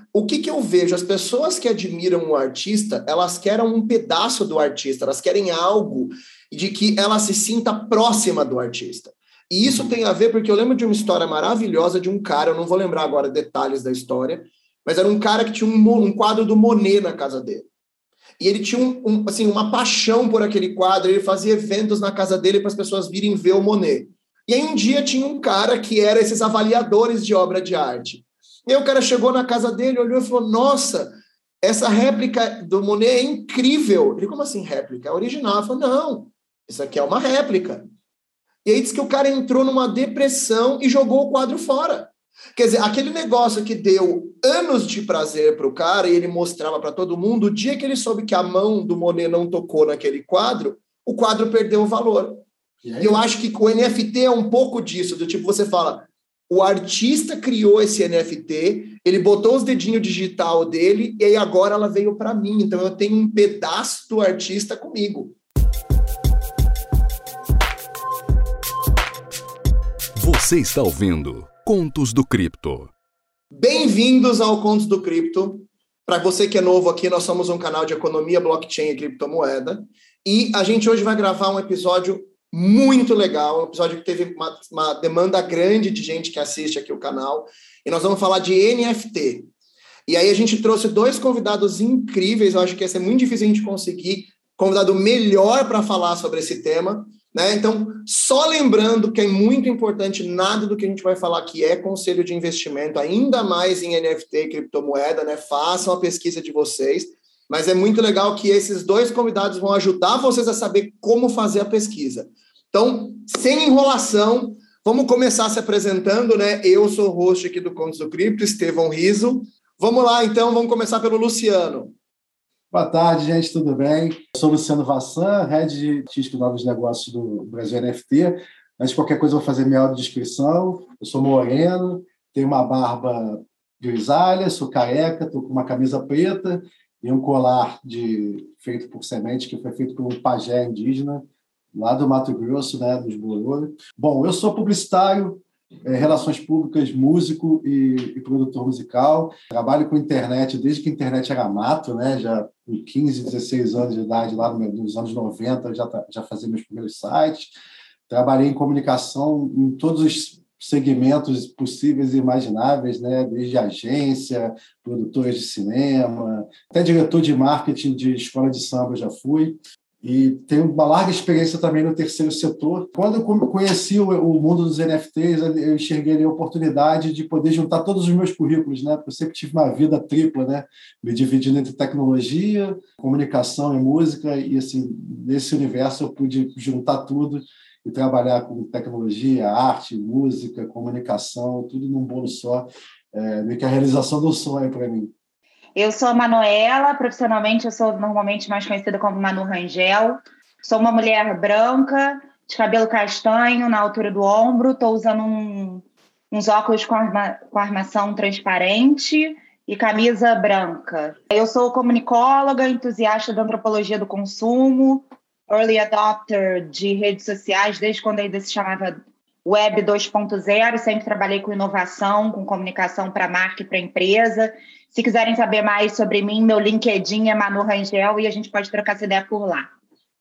o que eu vejo? As pessoas que admiram o artista, elas querem um pedaço do artista, elas querem algo de que ela se sinta próxima do artista. E isso tem a ver porque eu lembro de uma história maravilhosa de um cara, eu não vou lembrar agora detalhes da história, mas era um cara que tinha um quadro do Monet na casa dele. E ele tinha assim, uma paixão por aquele quadro, ele fazia eventos na casa dele para as pessoas virem ver o Monet. E aí um dia tinha um cara que era esses avaliadores de obra de arte. E aí o cara chegou na casa dele, olhou e falou, nossa, essa réplica do Monet é incrível. Ele, como assim réplica? É original. Ele falou, não, isso aqui é uma réplica. E aí diz que o cara entrou numa depressão e jogou o quadro fora. Quer dizer, aquele negócio que deu anos de prazer para o cara e ele mostrava para todo mundo, o dia que ele soube que a mão do Monet não tocou naquele quadro, o quadro perdeu o valor. E eu acho que o NFT é um pouco disso, do tipo, você fala, o artista criou esse NFT, ele botou os dedinhos digital dele e aí agora ela veio para mim. Então eu tenho um pedaço do artista comigo. Você está ouvindo Contos do Cripto. Bem-vindos ao Contos do Cripto. Para você que é novo aqui, nós somos um canal de economia, blockchain e criptomoeda. E a gente hoje vai gravar um episódio muito legal, um episódio que teve uma demanda grande de gente que assiste aqui o canal. E nós vamos falar de NFT. E aí a gente trouxe dois convidados incríveis. Eu acho que ia ser muito difícil a gente conseguir convidado melhor para falar sobre esse tema. Né? Então, só lembrando que é muito importante, nada do que a gente vai falar aqui é conselho de investimento, ainda mais em NFT e criptomoeda, né? Façam a pesquisa de vocês, mas é muito legal que esses dois convidados vão ajudar vocês a saber como fazer a pesquisa. Então, sem enrolação, vamos começar se apresentando, né? Eu sou o host aqui do Contos do Cripto, Estevão Riso. Vamos lá, então, vamos começar pelo Luciano. Boa tarde, gente, tudo bem? Eu sou Luciano Vassan, Head de Risco e Novos Negócios do Brasil NFT. Antes de qualquer coisa, eu vou fazer minha audiodescrição. Eu sou moreno, tenho uma barba grisalha, sou careca, estou com uma camisa preta e um colar feito por semente, que foi feito por um pajé indígena, lá do Mato Grosso, né, dos Bororo. Bom, eu sou publicitário, relações públicas, músico e produtor musical. Trabalho com internet desde que a internet era mato, né? Já com 15, 16 anos de idade, lá nos anos 90, já fazia meus primeiros sites. Trabalhei em comunicação em todos os segmentos possíveis e imagináveis, né? Desde agência, produtora de cinema, até diretor de marketing de escola de samba eu já fui. E tenho uma larga experiência também no terceiro setor. Quando eu conheci o mundo dos NFTs, eu enxerguei a oportunidade de poder juntar todos os meus currículos, né? Porque eu sempre tive uma vida tripla, né? Me dividindo entre tecnologia, comunicação e música, e assim, nesse universo eu pude juntar tudo e trabalhar com tecnologia, arte, música, comunicação, tudo num bolo só. Meio que a realização do sonho para mim. Eu sou a Manuela, profissionalmente eu sou normalmente mais conhecida como Manu Rangel. Sou uma mulher branca, de cabelo castanho na altura do ombro. Estou usando uns óculos com armação transparente e camisa branca. Eu sou comunicóloga, entusiasta da antropologia do consumo, early adopter de redes sociais, desde quando ainda se chamava Web 2.0. Sempre trabalhei com inovação, com comunicação para marca e para empresa. Se quiserem saber mais sobre mim, meu LinkedIn é Manu Rangel e a gente pode trocar essa ideia por lá.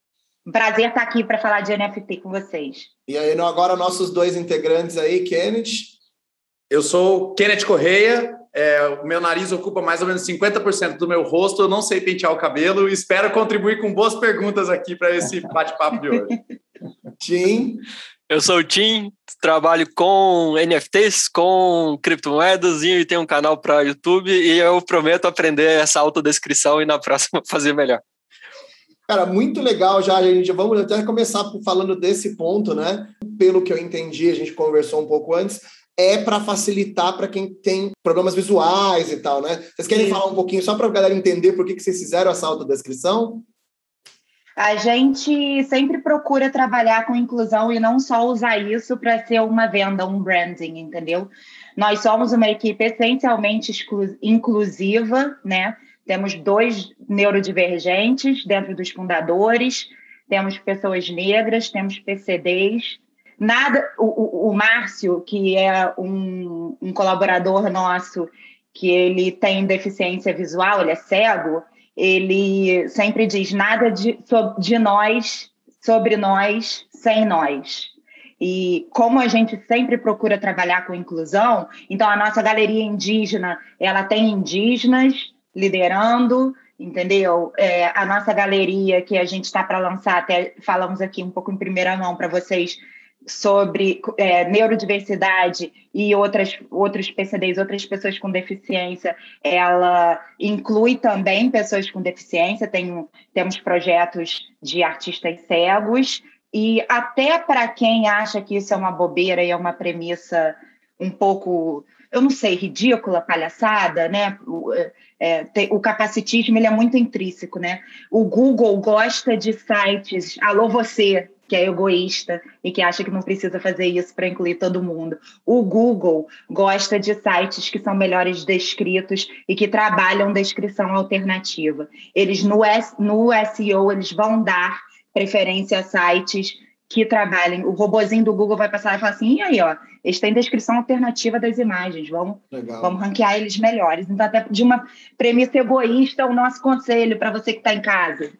Um prazer estar aqui para falar de NFT com vocês. E aí, agora nossos dois integrantes aí, Kenneth. Eu sou Kenneth Correia, o meu nariz ocupa mais ou menos 50% do meu rosto, eu não sei pentear o cabelo e espero contribuir com boas perguntas aqui para esse bate-papo de hoje. Tim. Eu sou o Tim, trabalho com NFTs, com criptomoedas e tenho um canal para YouTube e eu prometo aprender essa autodescrição e na próxima fazer melhor. Cara, muito legal já, gente. Vamos até começar falando desse ponto, né? Pelo que eu entendi, a gente conversou um pouco antes, é para facilitar para quem tem problemas visuais e tal, né? Vocês querem falar um pouquinho só para a galera entender por que vocês fizeram essa autodescrição? A gente sempre procura trabalhar com inclusão e não só usar isso para ser uma venda, um branding, entendeu? Nós somos uma equipe essencialmente inclusiva, né? Temos 2 neurodivergentes dentro dos fundadores, temos pessoas negras, temos PCDs. O Márcio, que é um colaborador nosso, que ele tem deficiência visual, ele é cego, ele sempre diz nada de nós, sobre nós, sem nós. E como a gente sempre procura trabalhar com inclusão, então a nossa galeria indígena, ela tem indígenas liderando, entendeu? A nossa galeria que a gente está para lançar, até falamos aqui um pouco em primeira mão para vocês, sobre neurodiversidade e outros PCDs, outras pessoas com deficiência, ela inclui também pessoas com deficiência, temos projetos de artistas cegos, e até para quem acha que isso é uma bobeira e é uma premissa um pouco, eu não sei, ridícula, palhaçada, né? O capacitismo, ele é muito intrínseco, né? O Google gosta de sites, alô você, que é egoísta e que acha que não precisa fazer isso para incluir todo mundo. O Google gosta de sites que são melhores descritos e que trabalham descrição alternativa. Eles, no SEO, eles vão dar preferência a sites que trabalhem. O robozinho do Google vai passar e falar assim, e aí, ó, eles têm descrição alternativa das imagens, vamos ranquear eles melhores. Então, até de uma premissa egoísta, o nosso conselho para você que está em casa.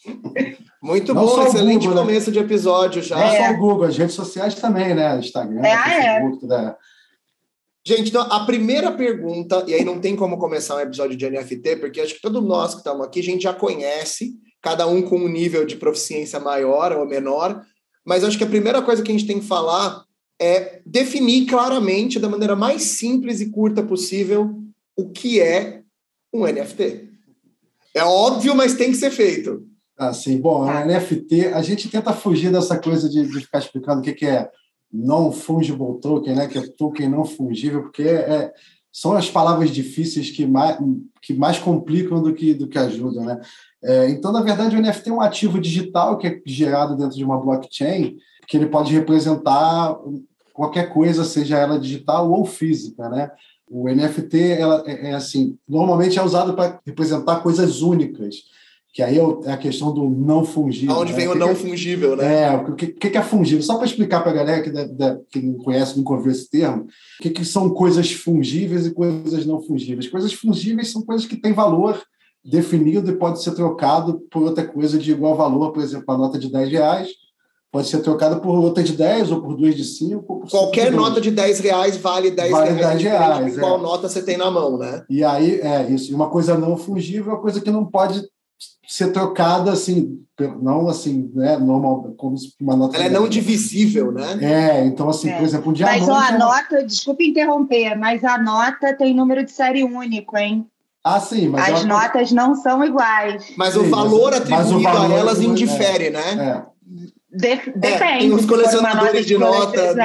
Muito bom, excelente Google, começo de episódio já. Não só o Google, as redes sociais também, né? Instagram, Facebook, tudo é. Gente, então, a primeira pergunta, e aí não tem como começar um episódio de NFT, porque acho que todos nós que estamos aqui, a gente já conhece, cada um com um nível de proficiência maior ou menor, mas acho que a primeira coisa que a gente tem que falar é definir claramente, da maneira mais simples e curta possível, o que é um NFT. É óbvio, mas tem que ser feito. Assim, bom, a NFT, a gente tenta fugir dessa coisa de ficar explicando o que é non-fungible token, né? Que é token não fungível, porque são as palavras difíceis que mais complicam do que ajudam, né? Então, na verdade, o NFT é um ativo digital que é gerado dentro de uma blockchain, que ele pode representar qualquer coisa, seja ela digital ou física, né? O NFT, assim, normalmente é usado para representar coisas únicas, que aí é a questão do não fungível. Onde vem o não fungível, né? O que é fungível? Só para explicar para a galera que não conhece, nunca ouviu esse termo, o que são coisas fungíveis e coisas não fungíveis? Coisas fungíveis são coisas que têm valor definido e pode ser trocado por outra coisa de igual valor, por exemplo, a nota de R$10 pode ser trocada por outra de 10 ou por 2 de 5. Qualquer nota de R$10 vale R$10. Qual nota você tem na mão, né? E aí, isso. E uma coisa não fungível é uma coisa que não pode ser trocada assim, não assim, né, normal, como uma nota. Ela é não divisível, né? Então assim, por exemplo, um diamante. Mas a nota, desculpa interromper, mas a nota tem número de série único, hein? Sim, mas as notas não são iguais. Mas sim, o valor atribuído a elas indifere, né? Depende. Tem os colecionadores de notas,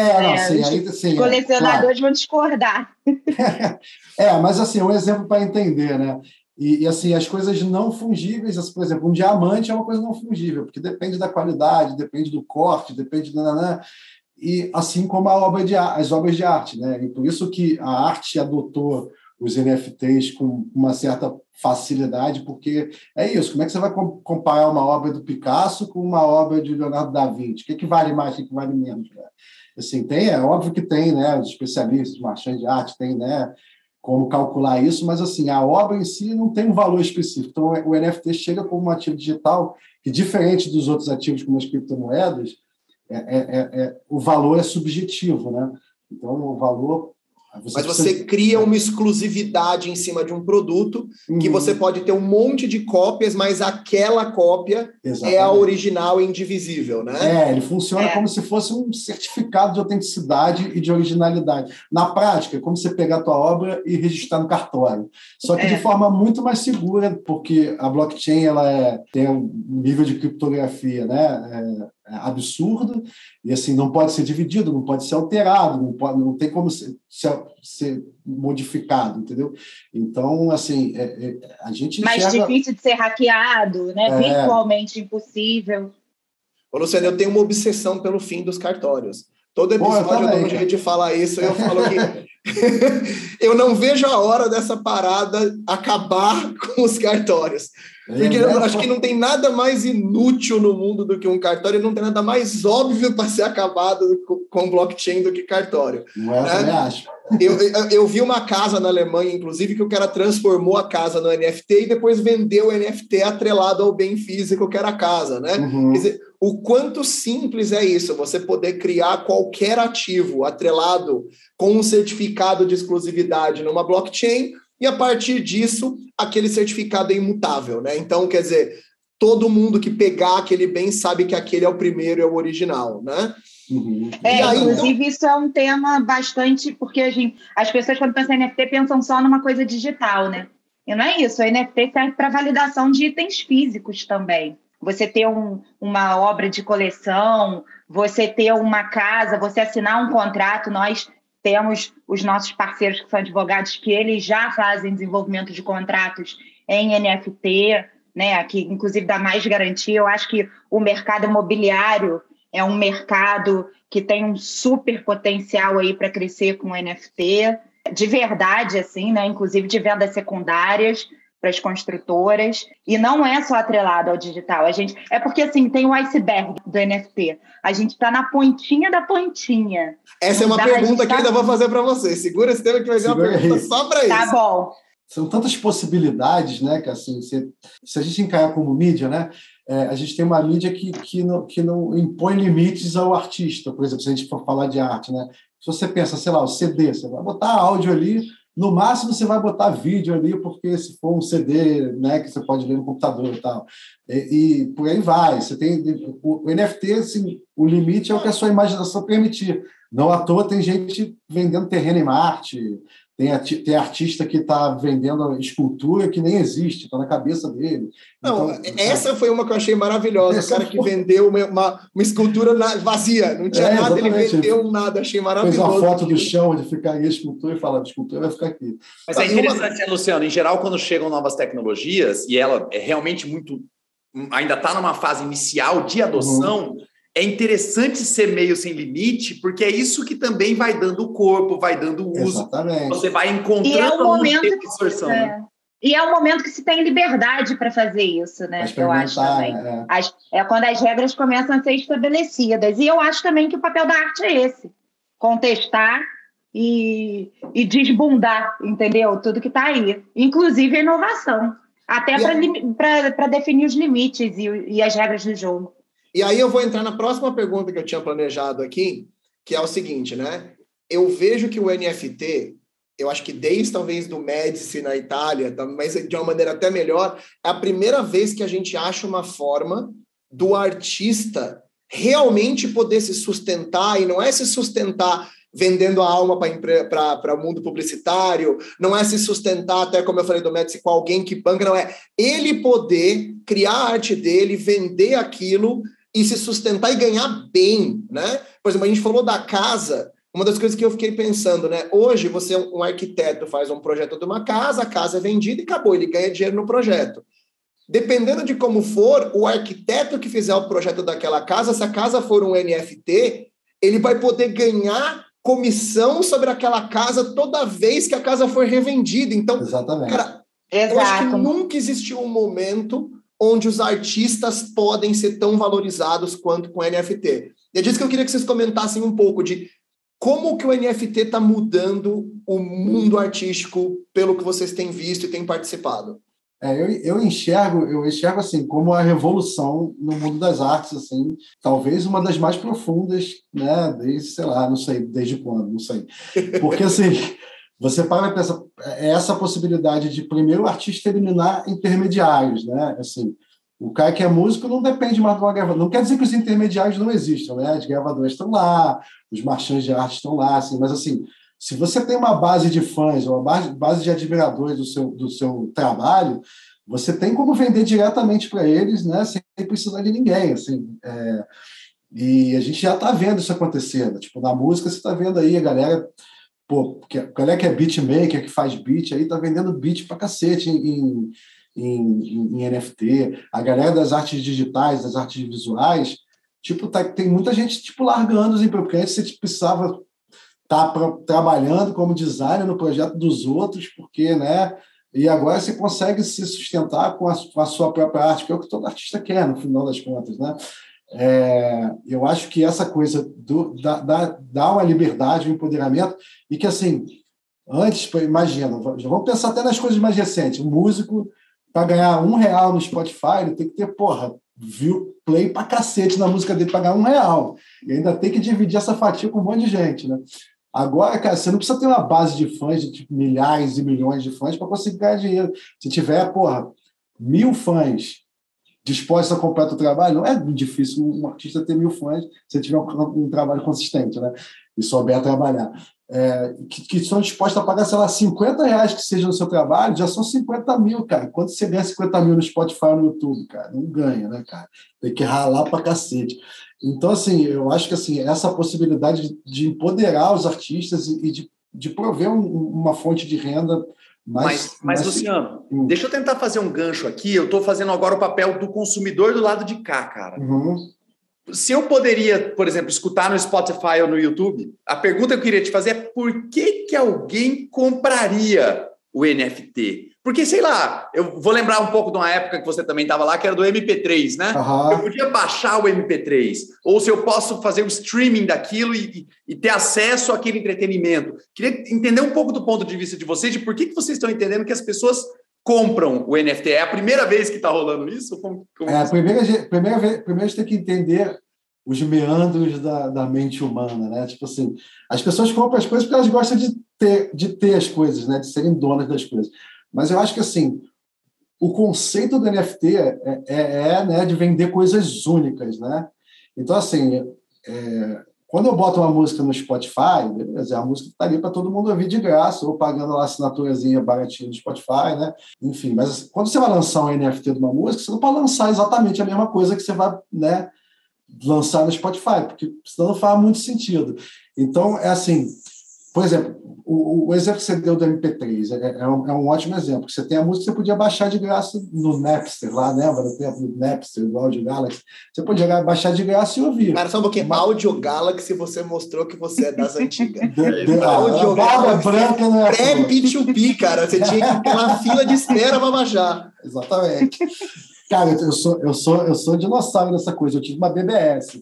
né? Os colecionadores vão discordar. Mas assim, um exemplo para entender, né? E assim, as coisas não fungíveis, por exemplo, um diamante é uma coisa não fungível, porque depende da qualidade, depende do corte, depende e assim como as obras de arte, né? E por isso que a arte adotou os NFTs com uma certa facilidade, porque é isso, como é que você vai comparar uma obra do Picasso com uma obra de Leonardo da Vinci? O que vale mais, o que vale menos? Né? Assim, é óbvio que tem, né, os especialistas, os marchands de arte, tem, né, como calcular isso, mas assim, a obra em si não tem um valor específico. Então, o NFT chega como um ativo digital que, diferente dos outros ativos como as criptomoedas, o valor é subjetivo, né? Então, o valor... Mas você cria uma exclusividade em cima de um produto que você pode ter um monte de cópias, mas aquela cópia é a original e indivisível, né? Ele funciona como se fosse um certificado de autenticidade e de originalidade. Na prática, é como você pegar a tua obra e registrar no cartório. Só que de forma muito mais segura, porque a blockchain tem um nível de criptografia, né? Absurdo, e assim, não pode ser dividido, não pode ser alterado, não tem como ser modificado, entendeu? Então, assim, a gente mais difícil de ser hackeado, né? Virtualmente impossível. Ô, Luciano, eu tenho uma obsessão pelo fim dos cartórios. Todo episódio eu dou um jeito de falar isso, eu falo que eu não vejo a hora dessa parada acabar com os cartórios. Porque eu acho que não tem nada mais inútil no mundo do que um cartório, não tem nada mais óbvio para ser acabado com blockchain do que cartório. Não é, eu também acho. Eu vi uma casa na Alemanha, inclusive, que o cara transformou a casa no NFT e depois vendeu o NFT atrelado ao bem físico que era a casa, né? Quer dizer, o quanto simples é isso, você poder criar qualquer ativo atrelado com um certificado de exclusividade numa blockchain e, a partir disso, aquele certificado é imutável, né? Então, quer dizer, todo mundo que pegar aquele bem sabe que aquele é o primeiro, é o original, né? Inclusive, isso é um tema bastante... Porque as pessoas, quando pensam em NFT, pensam só numa coisa digital, né? E não é isso. O NFT serve para validação de itens físicos também. Você ter uma obra de coleção, você ter uma casa, você assinar um contrato. Nós temos os nossos parceiros que são advogados, que eles já fazem desenvolvimento de contratos em NFT, né? Que, inclusive, dá mais garantia. Eu acho que o mercado imobiliário é um mercado que tem um super potencial aí para crescer com o NFT, de verdade, assim, né? Inclusive de vendas secundárias para as construtoras, e não é só atrelado ao digital. É porque, assim, tem o iceberg do NFT. A gente está na pontinha da pontinha. Essa é uma pergunta que eu ainda vou fazer para você. Segura esse tema que vai ser uma pergunta só para isso. Tá bom. São tantas possibilidades, né, que assim, se a gente encarar como mídia, né, a gente tem uma mídia que não impõe limites ao artista. Por exemplo, se a gente for falar de arte, né, se você pensa, sei lá, o CD, você vai botar áudio ali, no máximo você vai botar vídeo ali, porque se for um CD, né, que você pode ler no computador e tal. E por aí vai. Você tem o NFT, assim, o limite é o que a sua imaginação permitir. Não à toa tem gente vendendo terreno em Marte. Tem artista que está vendendo escultura que nem existe, está na cabeça dele. Não, então, essa foi uma que eu achei maravilhosa. O cara que vendeu uma escultura vazia, não tinha nada, ele vendeu nada, achei maravilhoso. Fez uma foto do chão onde ficaria a escultura e fala, a escultura vai ficar aqui. Mas é interessante, né, Luciano? Em geral, quando chegam novas tecnologias, e ela é realmente ainda está numa fase inicial de adoção, é interessante ser meio sem limite, porque é isso que também vai dando corpo, vai dando uso. Exatamente. Você vai encontrando distorção. E é o momento que se tem liberdade para fazer isso, né? Eu acho também. É quando as regras começam a ser estabelecidas. E eu acho também que o papel da arte é esse. Contestar e desbundar, entendeu? Tudo que está aí. Inclusive a inovação. Até para definir os limites e as regras do jogo. E aí eu vou entrar na próxima pergunta que eu tinha planejado aqui, que é o seguinte, né? Eu vejo que o NFT, eu acho que desde talvez do Médici na Itália, mas de uma maneira até melhor, é a primeira vez que a gente acha uma forma do artista realmente poder se sustentar, e não é se sustentar vendendo a alma para o mundo publicitário, não é se sustentar, até como eu falei do Médici, com alguém que banca, não é ele poder criar a arte dele, vender aquilo e se sustentar e ganhar bem, né? Por exemplo, a gente falou da casa, uma das coisas que eu fiquei pensando, né? Hoje, você, um arquiteto, faz um projeto de uma casa, a casa é vendida e acabou, ele ganha dinheiro no projeto. Dependendo de como for, o arquiteto que fizer o projeto daquela casa, se a casa for um NFT, ele vai poder ganhar comissão sobre aquela casa toda vez que a casa for revendida. Então, exatamente. Cara, eu acho que nunca existiu um momento onde os artistas podem ser tão valorizados quanto com NFT. E é disso que eu queria que vocês comentassem um pouco de como que o NFT está mudando o mundo artístico pelo que vocês têm visto e têm participado. Eu enxergo assim como a revolução no mundo das artes, assim, talvez uma das mais profundas, né? Desde, sei lá, não sei desde quando, não sei. Porque assim, você para e pensa, essa possibilidade de primeiro o artista eliminar intermediários, né? Assim, o cara que é músico não depende mais de uma gravadora. Não quer dizer que os intermediários não existam, né? As gravadoras estão lá, os marchands de arte estão lá, assim, mas assim, se você tem uma base de fãs, uma base de admiradores do seu trabalho, você tem como vender diretamente para eles, né, sem precisar de ninguém. Assim, e a gente já está vendo isso acontecendo. Tipo, na música, você está vendo aí a galera, a galera que é beatmaker, que faz beat, aí está vendendo beat para cacete em NFT. A galera das artes digitais, das artes visuais, tipo, tem muita gente tipo, largando os empregos, porque antes você precisava tá trabalhando como designer no projeto dos outros, porque, né, E agora você consegue se sustentar com a sua própria arte, que é o que todo artista quer, no final das contas, né? Eu acho que essa coisa dá uma liberdade, um empoderamento, e que, assim, antes, imagina, já vamos pensar até nas coisas mais recentes. Um músico, para ganhar R$1 no Spotify, ele tem que ter, viu play pra cacete na música dele para ganhar R$1. E ainda tem que dividir essa fatia com um monte de gente, né? Agora, cara, você não precisa ter uma base de fãs, de tipo, milhares e milhões de fãs para conseguir ganhar dinheiro. Se tiver, 1.000 fãs dispostos a comprar o trabalho, não é difícil um artista ter 1.000 fãs se tiver um trabalho consistente, né? E souber trabalhar. Que são dispostos a pagar, sei lá, R$50 que seja no seu trabalho, já são 50 mil, cara. Quando você ganha 50 mil no Spotify ou no YouTube, cara? Não ganha, né, cara? Tem que ralar pra cacete. Então, assim, eu acho que assim, essa possibilidade de empoderar os artistas e de prover uma fonte de renda mais... Mas Luciano, deixa eu tentar fazer um gancho aqui. Eu estou fazendo agora o papel do consumidor do lado de cá, cara. Uhum. Se eu poderia, por exemplo, escutar no Spotify ou no YouTube, a pergunta que eu queria te fazer é por que alguém compraria o NFT? Porque, sei lá, eu vou lembrar um pouco de uma época que você também estava lá, que era do MP3, né? Uhum. Eu podia baixar o MP3, ou se eu posso fazer o streaming daquilo e ter acesso àquele entretenimento. Queria entender um pouco do ponto de vista de vocês, de por que vocês estão entendendo que as pessoas compram o NFT. É a primeira vez que está rolando isso? Primeiro a gente tem que entender os meandros da mente humana, né? Tipo assim, as pessoas compram as coisas porque elas gostam de ter as coisas, né? De serem donas das coisas. Mas eu acho que, assim, o conceito do NFT né, de vender coisas únicas, né? Então, assim, quando eu boto uma música no Spotify, beleza, a música está ali para todo mundo ouvir de graça, ou pagando lá a assinaturazinha baratinha do Spotify, né? Enfim, mas quando você vai lançar um NFT de uma música, você não pode lançar exatamente a mesma coisa que você vai, né, lançar no Spotify, porque senão não faz muito sentido. Então, assim, por exemplo, o exemplo que você deu do MP3 é um ótimo exemplo. Você tem a música que você podia baixar de graça no Napster, lá, lembra do tempo do Napster, do Audio Galaxy? Você podia baixar de graça e ouvir. Cara, só um pouquinho. Audio Galaxy, você mostrou que você é das antigas. Audio Galaxy branca não é pré-P2P, cara. Você tinha que ir na fila de espera para baixar. Exatamente. Cara, eu sou dinossauro dessa coisa. Eu tive uma BBS.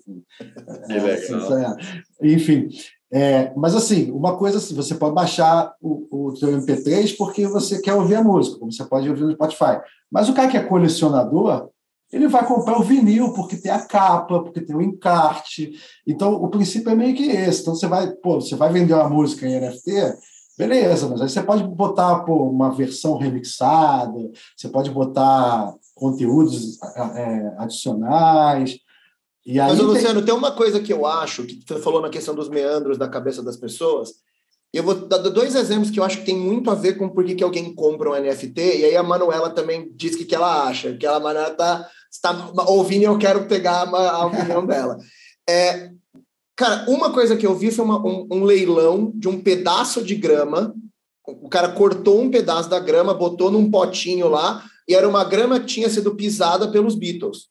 Enfim. Mas, assim, uma coisa assim, você pode baixar o seu MP3 porque você quer ouvir a música, como você pode ouvir no Spotify. Mas o cara que é colecionador, ele vai comprar o vinil porque tem a capa, porque tem o encarte. Então, o princípio é meio que esse. Então, você vai vender uma música em NFT, beleza, mas aí você pode botar uma versão remixada, você pode botar conteúdos adicionais. E aí mas, Luciano, tem uma coisa que eu acho, que você falou na questão dos meandros da cabeça das pessoas, e eu vou dar 2 exemplos que eu acho que tem muito a ver com por que alguém compra um NFT, e aí a Manuela também diz que ela acha, que a Manuela está ouvindo e eu quero pegar a opinião dela. Cara, uma coisa que eu vi foi um leilão de um pedaço de grama, o cara cortou um pedaço da grama, botou num potinho lá, e era uma grama que tinha sido pisada pelos Beatles.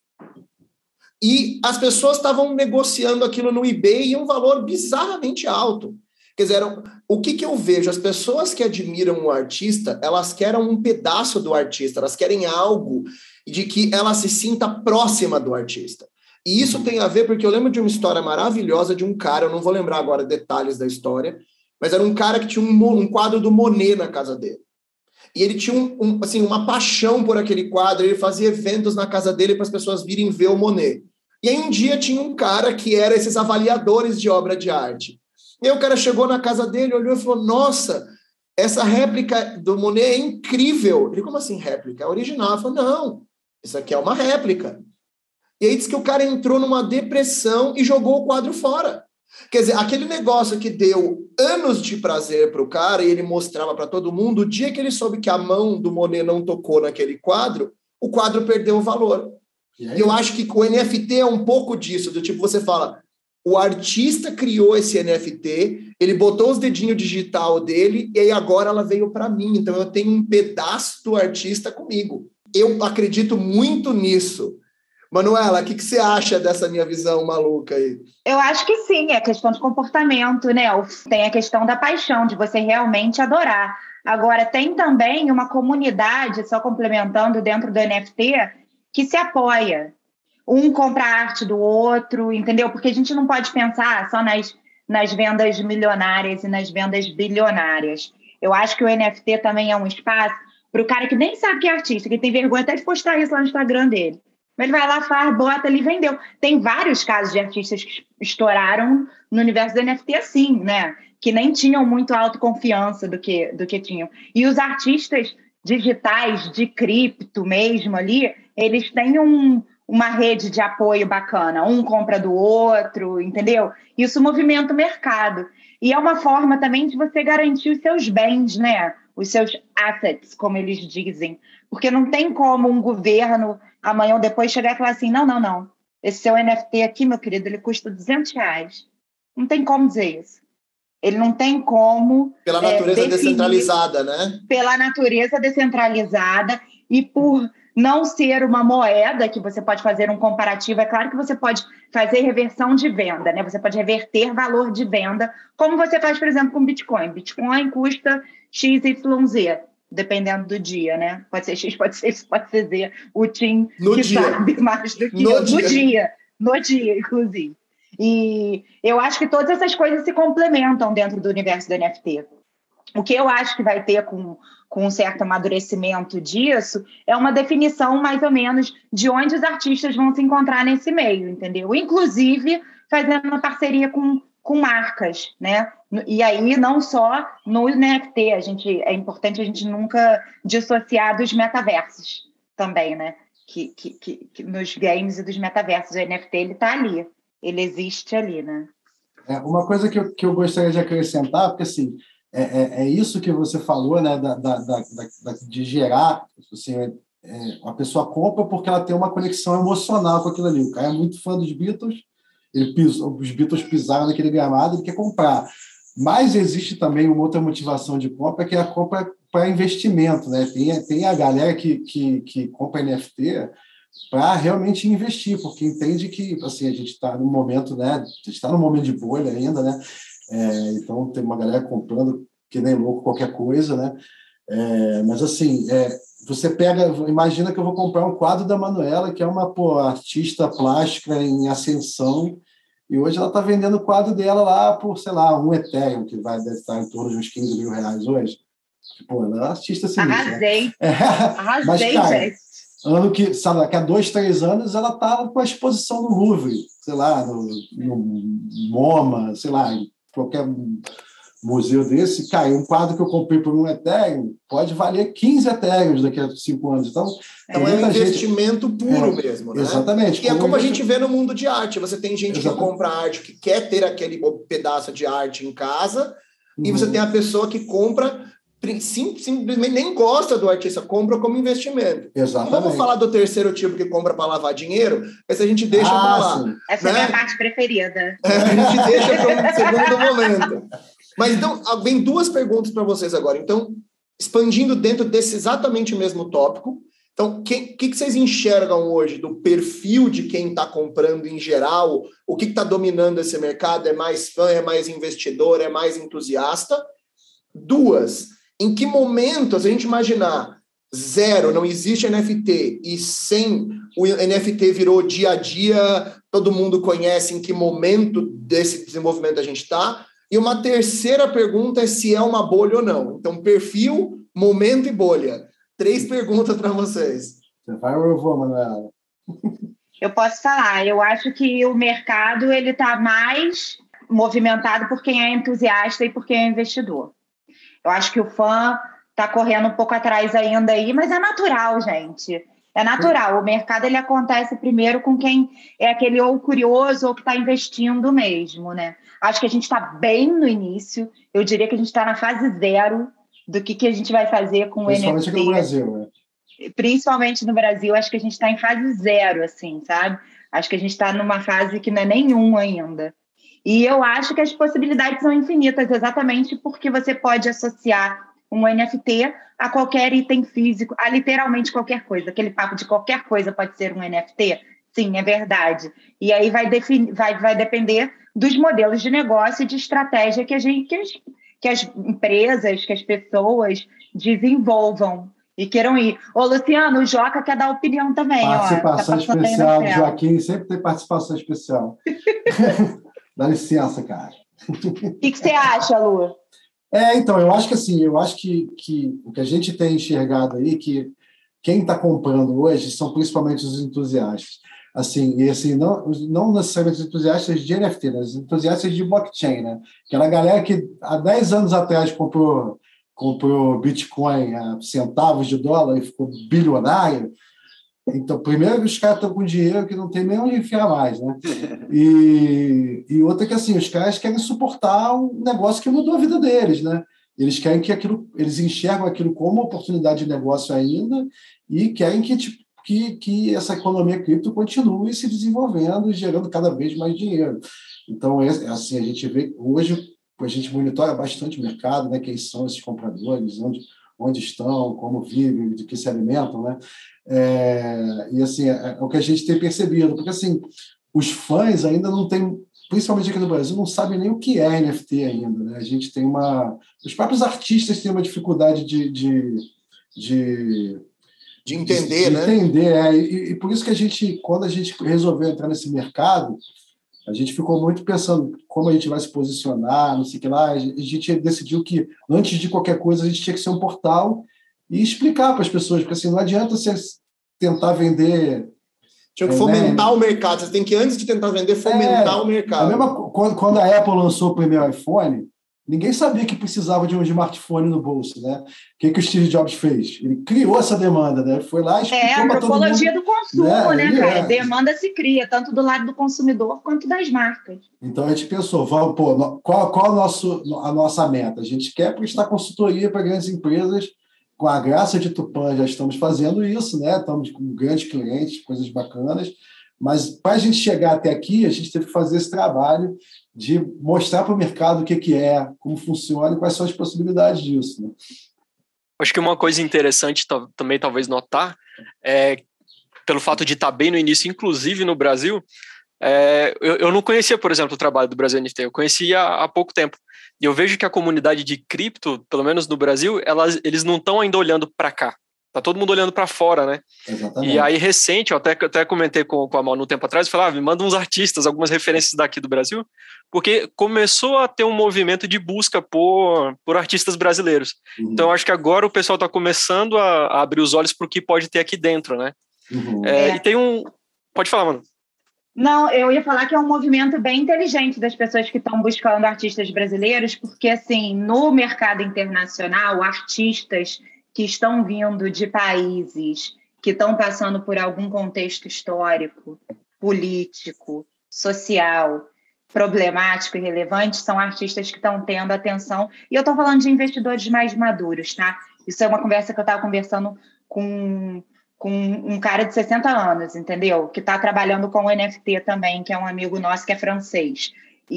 E as pessoas estavam negociando aquilo no eBay em um valor bizarramente alto. Quer dizer, o que eu vejo? As pessoas que admiram o artista, elas querem um pedaço do artista, elas querem algo de que ela se sinta próxima do artista. E isso tem a ver, porque eu lembro de uma história maravilhosa de um cara, eu não vou lembrar agora detalhes da história, mas era um cara que tinha um quadro do Monet na casa dele. E ele tinha uma paixão por aquele quadro, ele fazia eventos na casa dele para as pessoas virem ver o Monet. E aí um dia tinha um cara que era esses avaliadores de obra de arte. E aí o cara chegou na casa dele, olhou e falou, nossa, essa réplica do Monet é incrível. Ele, como assim réplica? É original. Ele falou, não, isso aqui é uma réplica. E aí diz que o cara entrou numa depressão e jogou o quadro fora. Quer dizer, aquele negócio que deu anos de prazer para o cara e ele mostrava para todo mundo, o dia que ele soube que a mão do Monet não tocou naquele quadro, o quadro perdeu o valor. E eu acho que o NFT é um pouco disso, do tipo, você fala, o artista criou esse NFT, ele botou os dedinhos digital dele e aí agora ela veio para mim, então eu tenho um pedaço do artista comigo. Eu acredito muito nisso. Manuela, o que você acha dessa minha visão maluca aí? Eu acho que sim, é questão de comportamento, né? Tem a questão da paixão, de você realmente adorar. Agora, tem também uma comunidade, só complementando, dentro do NFT, que se apoia. Um compra a arte do outro, entendeu? Porque a gente não pode pensar só nas vendas milionárias e nas vendas bilionárias. Eu acho que o NFT também é um espaço para o cara que nem sabe que é artista, que tem vergonha até de postar isso lá no Instagram dele. Mas ele vai lá, faz, bota ali e vendeu. Tem vários casos de artistas que estouraram no universo do NFT assim, né? Que nem tinham muito autoconfiança do que tinham. E os artistas digitais de cripto mesmo ali, eles têm uma rede de apoio bacana. Um compra do outro, entendeu? Isso movimenta o mercado. E é uma forma também de você garantir os seus bens, né? Os seus assets, como eles dizem. Porque não tem como um governo amanhã ou depois chegar e falar assim, não. Esse seu NFT aqui, meu querido, ele custa R$200. Não tem como dizer isso. Ele não tem como... Pela natureza descentralizada, né? Pela natureza descentralizada e por não ser uma moeda que você pode fazer um comparativo. É claro que você pode fazer reversão de venda, né? Você pode reverter valor de venda, como você faz, por exemplo, com Bitcoin. Bitcoin custa XYZ, dependendo do dia, né? Pode ser X, pode ser Y, pode ser Z. O Tim que sabe mais do que eu. No dia, inclusive. E eu acho que todas essas coisas se complementam dentro do universo do NFT. O que eu acho que vai ter com um certo amadurecimento disso é uma definição, mais ou menos, de onde os artistas vão se encontrar nesse meio, entendeu? Inclusive, fazendo uma parceria com marcas, né? E aí, não só no NFT, é importante a gente nunca dissociar dos metaversos também, né? Que nos games e dos metaversos, o NFT, ele está ali. Ele existe ali, né? Uma coisa que eu gostaria de acrescentar, porque assim, é isso que você falou, né, de gerar, assim, a pessoa compra porque ela tem uma conexão emocional com aquilo ali. O cara é muito fã dos Beatles, os Beatles pisaram naquele gramado, ele quer comprar. Mas existe também uma outra motivação de compra, que é a compra para investimento, né? Tem a galera que compra NFT para realmente investir, porque entende que assim, a gente está num momento, né? A gente está num momento de bolha ainda, né? Então tem uma galera comprando que nem louco qualquer coisa, né? Mas assim, você imagina que eu vou comprar um quadro da Manuela, que é uma artista plástica em ascensão, e hoje ela está vendendo o quadro dela lá por, sei lá, um Ethereum, que deve estar em torno de uns R$15 mil hoje. Ela é uma artista sinistra. Arrasei. Arrasei, mas, cara, gente. Ano que, sabe, daqui a 2, 3 anos, ela estava com a exposição no Louvre, sei lá, no MoMA, sei lá, em qualquer museu desse. Cara, um quadro que eu comprei por um Ethereum pode valer 15 Ethereums daqui a 5 anos. Então é um investimento puro mesmo, né? Exatamente. E é como a gente vê no mundo de arte. Você tem gente que compra arte, que quer ter aquele pedaço de arte em casa, e você tem a pessoa que compra... simplesmente nem gosta do artista, compra como investimento. Exatamente. Não vamos falar do terceiro tipo que compra para lavar dinheiro, essa a gente deixa para lá. Sim. Essa é a minha parte preferida. A gente deixa para um segundo momento. Mas então, vem 2 perguntas para vocês agora. Então, expandindo dentro desse exatamente mesmo tópico, então, o que vocês enxergam hoje do perfil de quem está comprando em geral? O que está dominando esse mercado? É mais fã, é mais investidor, é mais entusiasta? 2, em que momento, se a gente imaginar 0, não existe NFT, e 100, o NFT virou dia a dia, todo mundo conhece em que momento desse desenvolvimento a gente está? E uma terceira pergunta é se é uma bolha ou não. Então, perfil, momento e bolha. 3 perguntas para vocês. Você vai ou eu vou, Manuela? Eu posso falar. Eu acho que o mercado está mais movimentado por quem é entusiasta e por quem é investidor. Eu acho que o fã está correndo um pouco atrás ainda aí, mas é natural, gente. É natural. O mercado ele acontece primeiro com quem é aquele ou curioso ou que está investindo mesmo, né? Acho que a gente está bem no início. Eu diria que a gente está na fase 0 do que a gente vai fazer com o NFT. Principalmente aqui no Brasil, né? Principalmente no Brasil, acho que a gente está em fase 0, assim, sabe? Acho que a gente está numa fase que não é nenhum ainda. E eu acho que as possibilidades são infinitas, exatamente porque você pode associar um NFT a qualquer item físico, a literalmente qualquer coisa. Aquele papo de qualquer coisa pode ser um NFT? Sim, é verdade. E aí vai depender dos modelos de negócio e de estratégia que que as empresas, que as pessoas desenvolvam e queiram ir. Ô, Luciano, o Joca quer dar opinião também. Participação especial, Joaquim sempre tem participação especial. Dá licença, cara. O que você acha, Lu? Então, eu acho que assim, que o que a gente tem enxergado aí, que quem está comprando hoje são principalmente os entusiastas. Assim, e assim, não necessariamente os entusiastas de NFT, né? Os entusiastas de blockchain, né? Aquela galera que há 10 anos atrás comprou Bitcoin a centavos de dólar e ficou bilionário. Então, primeiro, os caras estão com dinheiro que não tem nem onde enfiar mais, né? E outra que, assim, os caras querem suportar um negócio que mudou a vida deles, né? Eles querem que eles enxergam aquilo como oportunidade de negócio ainda e querem que essa economia cripto continue se desenvolvendo e gerando cada vez mais dinheiro. Então, assim, a gente vê hoje, a gente monitora bastante o mercado, né? Quem são esses compradores, onde estão, como vivem, de que se alimentam, né? E assim, é o que a gente tem percebido, porque assim, os fãs ainda não têm, principalmente aqui no Brasil, não sabem nem o que é NFT ainda, né? A gente tem os próprios artistas têm uma dificuldade de entender, né? Entender, e por isso que quando a gente resolveu entrar nesse mercado, a gente ficou muito pensando como a gente vai se posicionar, não sei o que lá. A gente decidiu que, antes de qualquer coisa, a gente tinha que ser um portal e explicar para as pessoas, porque assim, não adianta você tentar vender... Tinha que fomentar o mercado. Você tem que, antes de tentar vender, fomentar o mercado. Quando a Apple lançou o primeiro iPhone, ninguém sabia que precisava de um smartphone no bolso, né? O que o Steve Jobs fez? Ele criou essa demanda, né? Foi lá e explicou para todo mundo. Antropologia do consumo, né, cara? Demanda se cria, tanto do lado do consumidor quanto das marcas. Então, a gente pensou, qual a nossa meta? A gente quer prestar consultoria para grandes empresas. Com a graça de Tupã, já estamos fazendo isso, né? Estamos com grandes clientes, coisas bacanas. Mas, para a gente chegar até aqui, a gente teve que fazer esse trabalho de mostrar para o mercado o que é, como funciona e quais são as possibilidades disso, né? Acho que uma coisa interessante também, talvez, notar, pelo fato de estar bem no início, inclusive no Brasil, eu não conhecia, por exemplo, o trabalho do Brasil NFT, eu conhecia há pouco tempo. E eu vejo que a comunidade de cripto, pelo menos no Brasil, eles não estão ainda olhando para cá. Tá todo mundo olhando para fora, né? Exatamente. E aí, recente, eu até comentei com a Manu um tempo atrás, eu falei, me manda uns artistas, algumas referências daqui do Brasil, porque começou a ter um movimento de busca por artistas brasileiros. Uhum. Então, eu acho que agora o pessoal está começando a abrir os olhos para o que pode ter aqui dentro, né? Uhum. E tem um... Pode falar, Manu. Não, eu ia falar que é um movimento bem inteligente das pessoas que estão buscando artistas brasileiros, porque, assim, no mercado internacional, artistas que estão vindo de países que estão passando por algum contexto histórico, político, social, problemático e relevante, são artistas que estão tendo atenção. E eu estou falando de investidores mais maduros, tá? Isso é uma conversa que eu estava conversando com um cara de 60 anos, entendeu? Que está trabalhando com o NFT também, que é um amigo nosso que é francês.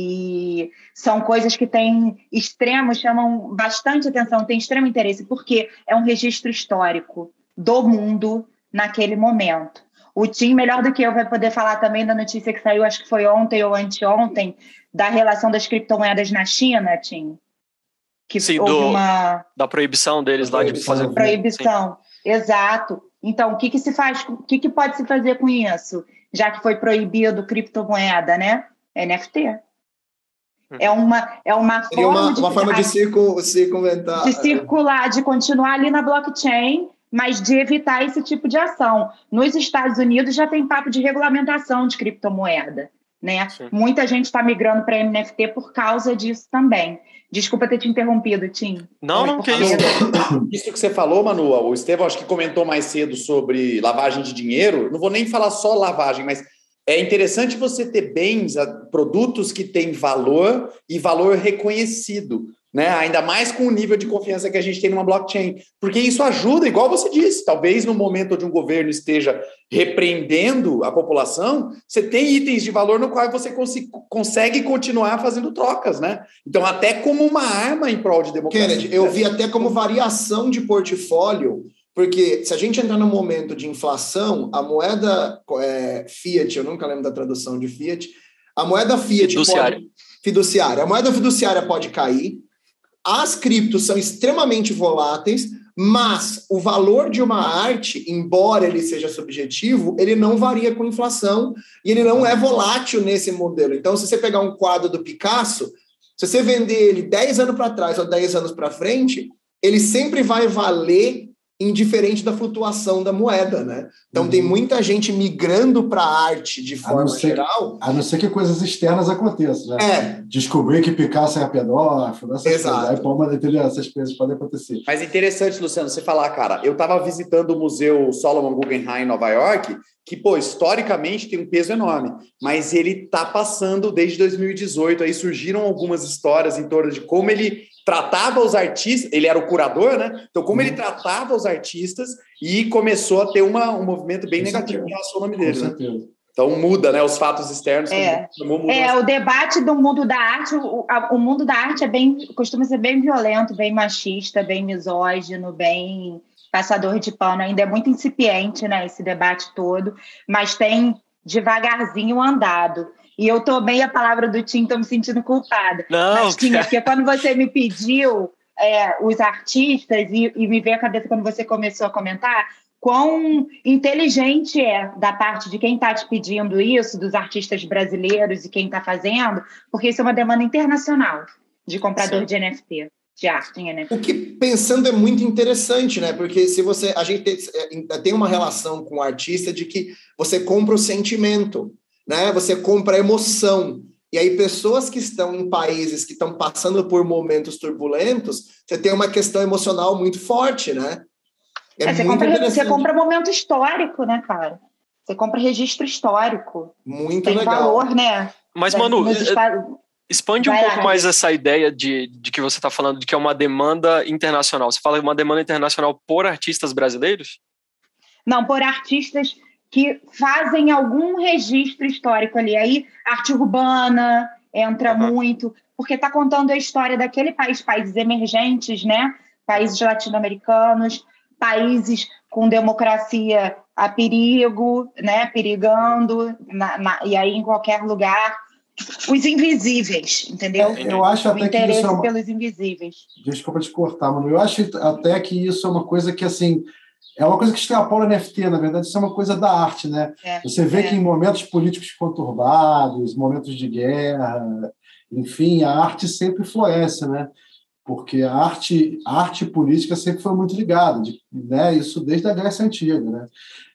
E são coisas que têm chamam bastante atenção, têm extremo interesse, porque é um registro histórico do mundo naquele momento. O Tim, melhor do que eu, vai poder falar também da notícia que saiu, acho que foi ontem ou anteontem, da relação das criptomoedas na China, Tim. Que sim, da proibição deles lá de fazer... Proibição, sim. Exato. Então, o que se faz, o que pode se fazer com isso? Já que foi proibido criptomoeda, né? NFT. É uma forma de circunventar. De circular, de continuar ali na blockchain, mas de evitar esse tipo de ação. Nos Estados Unidos já tem papo de regulamentação de criptomoeda, né? Sim. Muita gente está migrando para NFT por causa disso também. Desculpa ter te interrompido, Tim. Não, que isso. Isso que você falou, Manu, o Estevão acho que comentou mais cedo sobre lavagem de dinheiro. Não vou nem falar só lavagem, mas é interessante você ter bens, produtos que têm valor e valor reconhecido, né? Ainda mais com o nível de confiança que a gente tem numa blockchain, porque isso ajuda, igual você disse, talvez no momento onde um governo esteja repreendendo a população, você tem itens de valor no qual você consegue continuar fazendo trocas, né? Então, até como uma arma em prol de democracia. Kennedy, eu vi até como variação de portfólio, porque se a gente entrar num momento de inflação, a moeda fiat, eu nunca lembro da tradução de fiat, a moeda fiat fiduciária. A moeda fiduciária pode cair, as criptos são extremamente voláteis, mas o valor de uma arte, embora ele seja subjetivo, ele não varia com inflação e ele não é volátil nesse modelo. Então, se você pegar um quadro do Picasso, se você vender ele 10 anos para trás ou 10 anos para frente, ele sempre vai valer indiferente da flutuação da moeda, né? Então, tem muita gente migrando para a arte de forma geral. A não ser que coisas externas aconteçam, né? Descobrir que Picasso é pedófilo, essas coisas. Aí, essas coisas podem acontecer. Mas interessante, Luciano, você falar, cara, eu estava visitando o Museu Solomon Guggenheim em Nova York, que, historicamente tem um peso enorme, mas ele está passando desde 2018, aí surgiram algumas histórias em torno de como ele tratava os artistas, ele era o curador, né? Então, como ele tratava os artistas e começou a ter um movimento bem negativo em relação ao nome dele, né? Então, muda, né? Os fatos externos. O debate do mundo da arte, o mundo da arte costuma ser bem violento, bem machista, bem misógino, bem passador de pano. Ainda é muito incipiente, né? Esse debate todo, mas tem devagarzinho andado. E eu tomei a palavra do Tim, estou me sentindo culpada. Não, mas, Tim, porque quando você me pediu os artistas, e me veio a cabeça quando você começou a comentar, quão inteligente é da parte de quem está te pedindo isso, dos artistas brasileiros e quem está fazendo, porque isso é uma demanda internacional de comprador de NFT. De arte em NFT. O que, pensando, é muito interessante, né? Porque a gente tem uma relação com o artista de que você compra o sentimento, né? Você compra a emoção. E aí, pessoas que estão em países que estão passando por momentos turbulentos, você tem uma questão emocional muito forte, né? Você compra momento histórico, né, cara? Você compra registro histórico. Muito tem legal. Valor, né? Mas, Manu, expande um pouco mais essa ideia de que você está falando de que é uma demanda internacional. Você fala uma demanda internacional por artistas brasileiros? Não, por artistas que fazem algum registro histórico ali. Aí, arte urbana entra muito, porque está contando a história daquele país, países emergentes, né? Países latino-americanos, países com democracia a perigo, né? Perigando, e aí em qualquer lugar. Os invisíveis, entendeu? Eu acho até que isso é pelos invisíveis. Desculpa te cortar, Manu. Eu acho até que isso é uma coisa que, assim, é uma coisa que extrapola NFT, na verdade, isso é uma coisa da arte, né? Você vê que em momentos políticos conturbados, momentos de guerra, enfim, a arte sempre floresce, né? Porque a arte política sempre foi muito ligada, né? Isso desde a Grécia Antiga, né?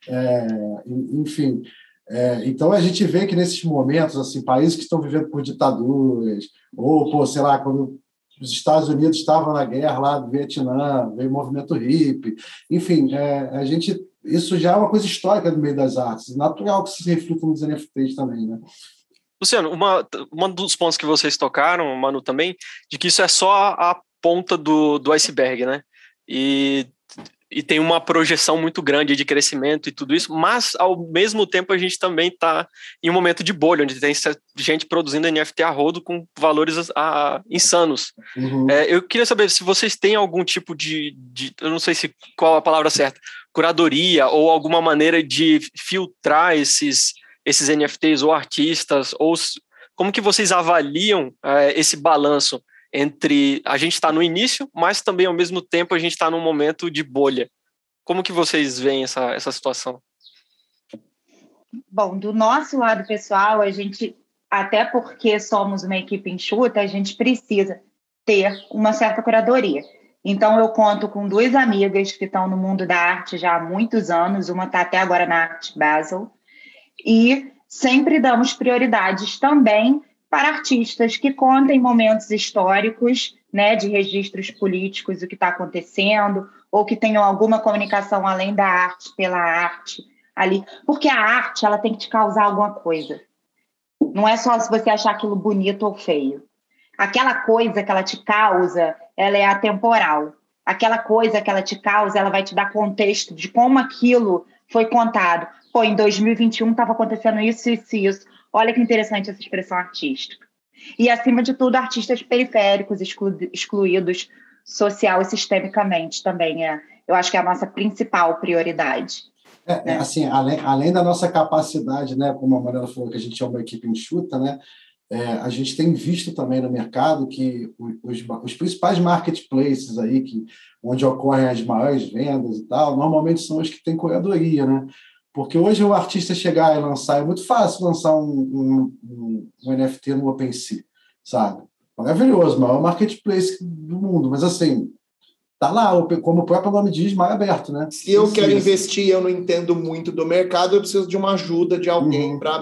Enfim... então, a gente vê que nesses momentos, assim, países que estão vivendo por ditaduras, ou, sei lá, quando os Estados Unidos estavam na guerra lá do Vietnã, veio o movimento hippie, enfim, isso já é uma coisa histórica no meio das artes, natural que se reflita nos NFTs também, né? Luciano, um dos pontos que vocês tocaram, Manu, também, de que isso é só a ponta do iceberg, né? E tem uma projeção muito grande de crescimento e tudo isso, mas, ao mesmo tempo, a gente também está em um momento de bolha, onde tem gente produzindo NFT a rodo com valores insanos. Eu queria saber se vocês têm algum tipo de eu não sei qual a palavra certa, curadoria ou alguma maneira de filtrar esses NFTs ou artistas, ou como que vocês avaliam esse balanço entre a gente está no início, mas também, ao mesmo tempo, a gente está num momento de bolha. Como que vocês veem essa situação? Bom, do nosso lado pessoal, a gente, até porque somos uma equipe enxuta, a gente precisa ter uma certa curadoria. Então, eu conto com 2 amigas que estão no mundo da arte já há muitos anos, uma está até agora na Art Basel, e sempre damos prioridades também para artistas que contem momentos históricos, né, de registros políticos, o que está acontecendo, ou que tenham alguma comunicação além da arte, pela arte ali. Porque a arte, ela tem que te causar alguma coisa. Não é só se você achar aquilo bonito ou feio. Aquela coisa que ela te causa, ela é atemporal. Aquela coisa que ela te causa, ela vai te dar contexto de como aquilo foi contado. Pô, em 2021 estava acontecendo isso, isso e isso. Olha que interessante essa expressão artística. E, acima de tudo, artistas periféricos, excluídos social e sistemicamente também. Eu acho que é a nossa principal prioridade. Assim, além da nossa capacidade, né, como a Mariana falou, que a gente é uma equipe enxuta, né, A gente tem visto também no mercado que os principais marketplaces aí, onde ocorrem as maiores vendas e tal, normalmente são os que têm curadoria, né? Porque hoje o artista chegar e lançar, é muito fácil lançar um NFT no OpenSea, sabe? Maravilhoso, o maior marketplace do mundo, mas assim, tá lá, como o próprio nome diz, mar aberto, né? Se eu quero investir, eu não entendo muito do mercado, eu preciso de uma ajuda de alguém para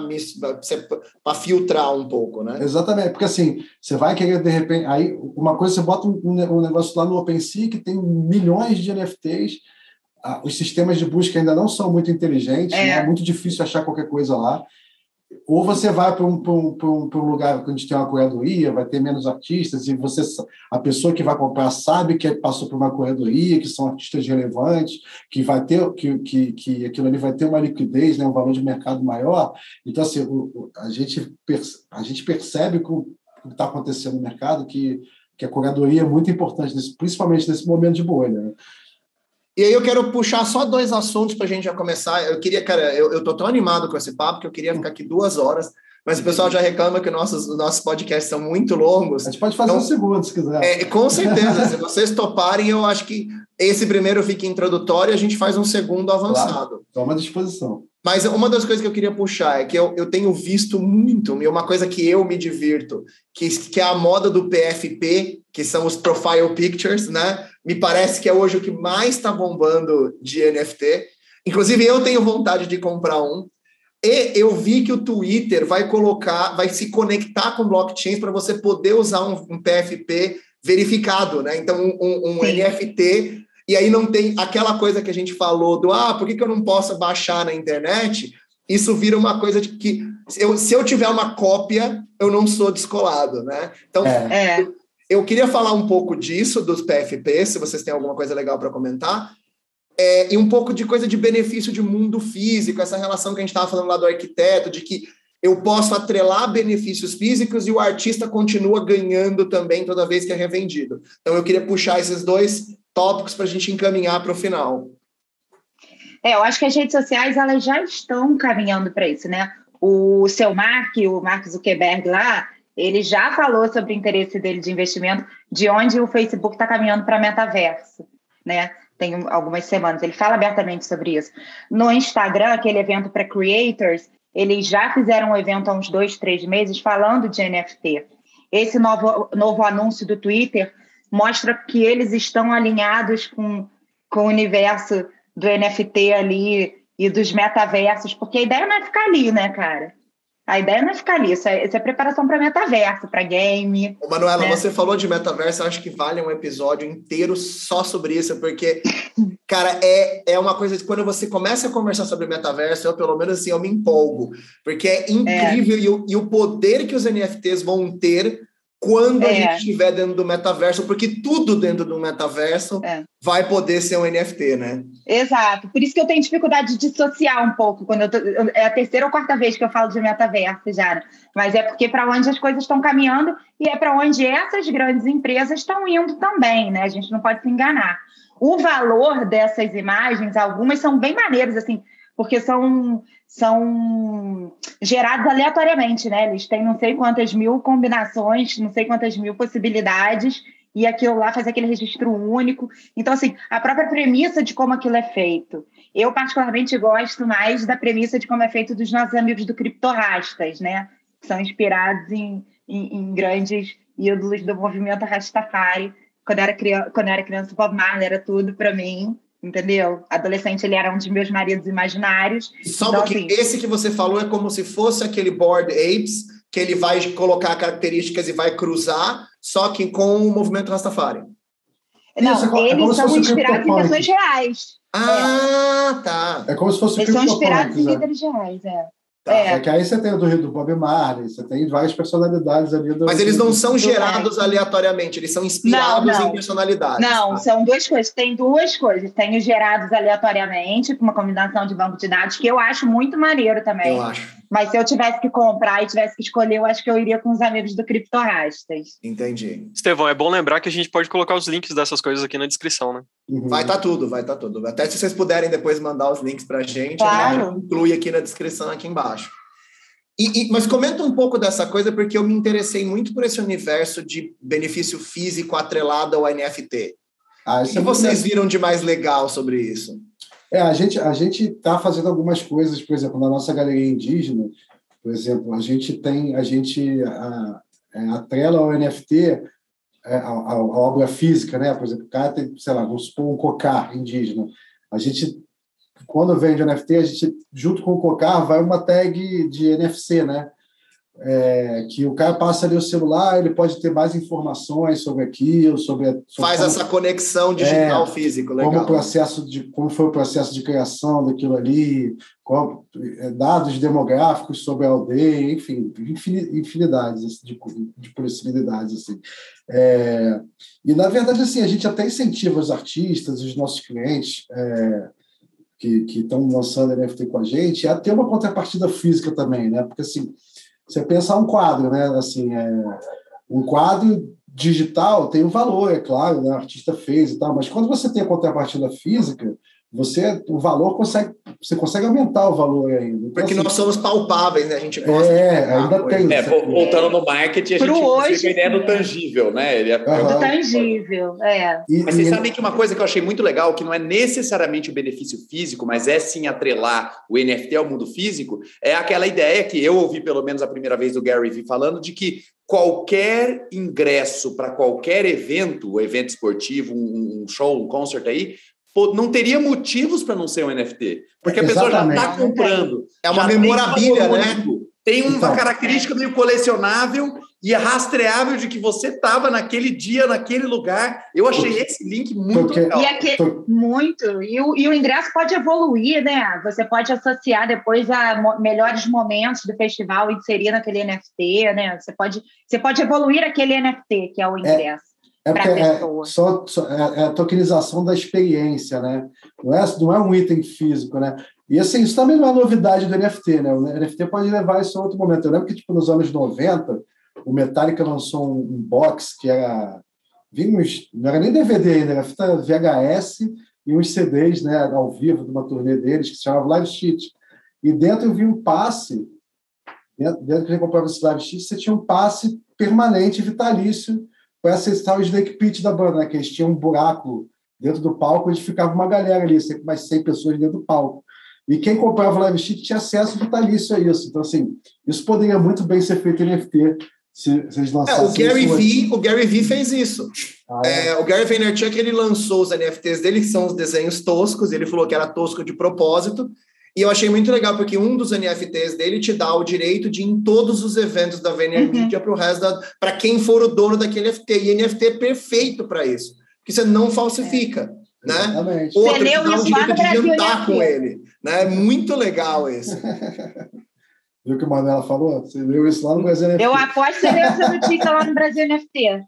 filtrar um pouco, né? Exatamente, porque assim, você vai querer, de repente, aí uma coisa, você bota um negócio lá no OpenSea que tem milhões de NFTs, os sistemas de busca ainda não são muito inteligentes, né? É muito difícil achar qualquer coisa lá. Ou você vai para um lugar onde tem uma curadoria, vai ter menos artistas, e a pessoa que vai comprar sabe que passou por uma curadoria, que são artistas relevantes, que vai ter que aquilo ali vai ter uma liquidez, né, um valor de mercado maior. Então, assim, a gente percebe o que está acontecendo no mercado, que a curadoria é muito importante, principalmente nesse momento de bolha, né? E aí eu quero puxar só 2 assuntos para a gente já começar. Eu queria, cara, eu tô tão animado com esse papo que eu queria ficar aqui 2 horas, mas o pessoal já reclama que os nossos podcasts são muito longos. A gente pode fazer um segundo, se quiser. Com certeza, se vocês toparem, eu acho que esse primeiro fica introdutório e a gente faz um segundo avançado. Claro, toma à disposição. Mas uma das coisas que eu queria puxar é que eu tenho visto muito, e uma coisa que eu me divirto, que é a moda do PFP, que são os Profile Pictures, né? Me parece que é hoje o que mais está bombando de NFT. Inclusive, eu tenho vontade de comprar um. E eu vi que o Twitter vai se conectar com blockchains para você poder usar um PFP verificado, né? Então, um NFT... E aí não tem aquela coisa que a gente falou do por que eu não posso baixar na internet? Isso vira uma coisa de que se eu tiver uma cópia, eu não sou descolado, né? Então, eu queria falar um pouco disso, dos PFP, se vocês têm alguma coisa legal para comentar, e um pouco de coisa de benefício de mundo físico, essa relação que a gente estava falando lá do arquiteto, de que eu posso atrelar benefícios físicos e o artista continua ganhando também toda vez que é revendido. Então, eu queria puxar esses 2 tópicos para a gente encaminhar para o final. Eu acho que as redes sociais elas já estão caminhando para isso, né? O Mark Zuckerberg lá, ele já falou sobre o interesse dele de investimento, de onde o Facebook está caminhando para metaverso, né? Tem algumas semanas, ele fala abertamente sobre isso. No Instagram, aquele evento para creators, eles já fizeram um evento há uns 2, 3 meses falando de NFT. Esse novo anúncio do Twitter mostra que eles estão alinhados com o universo do NFT ali e dos metaversos, porque a ideia não é ficar ali, né, cara? A ideia não é ficar ali, isso é preparação para metaverso, para game. Manuela, né? Você falou de metaverso, eu acho que vale um episódio inteiro só sobre isso, porque, cara, é uma coisa que quando você começa a conversar sobre metaverso, eu pelo menos assim, eu me empolgo, porque é incrível e o poder que os NFTs vão ter quando a gente estiver dentro do metaverso, porque tudo dentro do metaverso vai poder ser um NFT, né? Exato. Por isso que eu tenho dificuldade de dissociar um pouco. É a 3ª ou 4ª vez que eu falo de metaverso já. Mas é porque para onde as coisas estão caminhando e é para onde essas grandes empresas estão indo também, né? A gente não pode se enganar. O valor dessas imagens, algumas são bem maneiras, assim, porque são gerados aleatoriamente, né? Eles têm não sei quantas mil combinações, não sei quantas mil possibilidades, e aquilo lá faz aquele registro único. Então, assim, a própria premissa de como aquilo é feito. Eu, particularmente, gosto mais da premissa de como é feito dos nossos amigos do Criptorastas, né? Que são inspirados em grandes ídolos do movimento Rastafari. Quando eu era criança, o Bob Marley era tudo para mim. Entendeu? Adolescente, ele era um dos meus maridos imaginários. Só então, porque assim, esse que você falou é como se fosse aquele Bored Apes, que ele vai colocar características e vai cruzar, só que com o movimento Rastafari. Não, eles são inspirados em pessoas reais. Tá. É como se fosse eles são inspirados em líderes reais, É que aí você tem do Bob Marley, você tem várias personalidades ali. Mas eles não são gerados aleatoriamente, eles são inspirados em personalidades. Não, são 2 coisas. Tem 2 coisas. Tem os gerados aleatoriamente, com uma combinação de banco de dados, que eu acho muito maneiro também. Eu acho. Mas se eu tivesse que comprar e tivesse que escolher, eu acho que eu iria com os amigos do Criptorastas. Entendi. Estevão, é bom lembrar que a gente pode colocar os links dessas coisas aqui na descrição, né? Vai estar tudo. Até se vocês puderem depois mandar os links pra gente, claro. a gente inclui aqui na descrição, aqui embaixo. Mas comenta um pouco dessa coisa, porque eu me interessei muito por esse universo de benefício físico atrelado ao NFT. O que vocês viram de mais legal sobre isso? A gente está fazendo algumas coisas, por exemplo, na nossa galeria indígena, por exemplo, a gente atrela ao NFT a obra física, né? Por exemplo, o cara tem, sei lá, vamos supor um cocar indígena. A gente, quando vende NFT, a gente, junto com o cocar, vai uma tag de NFC, né? Que o cara passa ali o celular, ele pode ter mais informações sobre aquilo, faz essa conexão digital físico, legal. Como foi o processo de criação daquilo ali, dados demográficos sobre a aldeia, enfim, infinidades de possibilidades assim. E na verdade assim, a gente até incentiva os artistas, os nossos clientes que estão lançando NFT com a gente a ter uma contrapartida física também, né? Porque assim, você pensar um quadro, né? Assim, um quadro digital tem um valor, é claro, né? O artista fez e tal, mas quando você tem a contrapartida física, você consegue aumentar o valor ainda. Então, porque assim, nós somos palpáveis, né? A gente gosta ainda tem. Voltando no marketing, a gente tem a ideia do tangível, né? Ele do tangível, Mas vocês sabem que uma coisa que eu achei muito legal, que não é necessariamente o benefício físico, mas é sim atrelar o NFT ao mundo físico, é aquela ideia que eu ouvi pelo menos a primeira vez do Gary Vee falando, de que qualquer ingresso para qualquer evento esportivo, um show, um concert aí, não teria motivos para não ser um NFT. Porque a pessoa já está comprando. É uma memorabilia, né? Tem uma característica meio colecionável e rastreável de que você estava naquele dia, naquele lugar. Eu achei esse link muito legal. Muito. E o ingresso pode evoluir, né? Você pode associar depois a melhores momentos do festival e inserir naquele NFT, né? Você pode evoluir aquele NFT, que é o ingresso. É a tokenização da experiência, né? Não é um item físico, né? E assim, isso também não é novidade do NFT, né? O NFT pode levar isso a outro momento. Eu lembro que nos anos 90, o Metallica lançou um box que era... não era nem DVD ainda, era fita VHS e uns CDs, né, ao vivo de uma turnê deles, que se chamava Live Sheet. E dentro eu vi um passe, dentro que você comprava esse Live Sheet, você tinha um passe permanente, vitalício, para acessar o Snake Pit da banda, né? Que eles tinham um buraco dentro do palco, onde ficava uma galera ali, mais 100 pessoas dentro do palco. E quem comprava o Live Sheet tinha acesso vitalício a isso. Então, assim, isso poderia muito bem ser feito em NFT, se eles lançassem o Gary Vee fez isso. O Gary Vaynerchuk, ele lançou os NFTs dele, que são os desenhos toscos, ele falou que era tosco de propósito, e eu achei muito legal, porque um dos NFTs dele te dá o direito de ir em todos os eventos da VaynerMedia para o resto para quem for o dono daquele NFT. E NFT é perfeito para isso, porque você não falsifica. Né? Exatamente. Outro que dá o direito de jantar com ele. Né? Muito legal esse. Viu o que a Manuela falou? Você leu isso lá no Brasil NFT. Eu aposto que você leu essa notícia lá no Brasil NFT.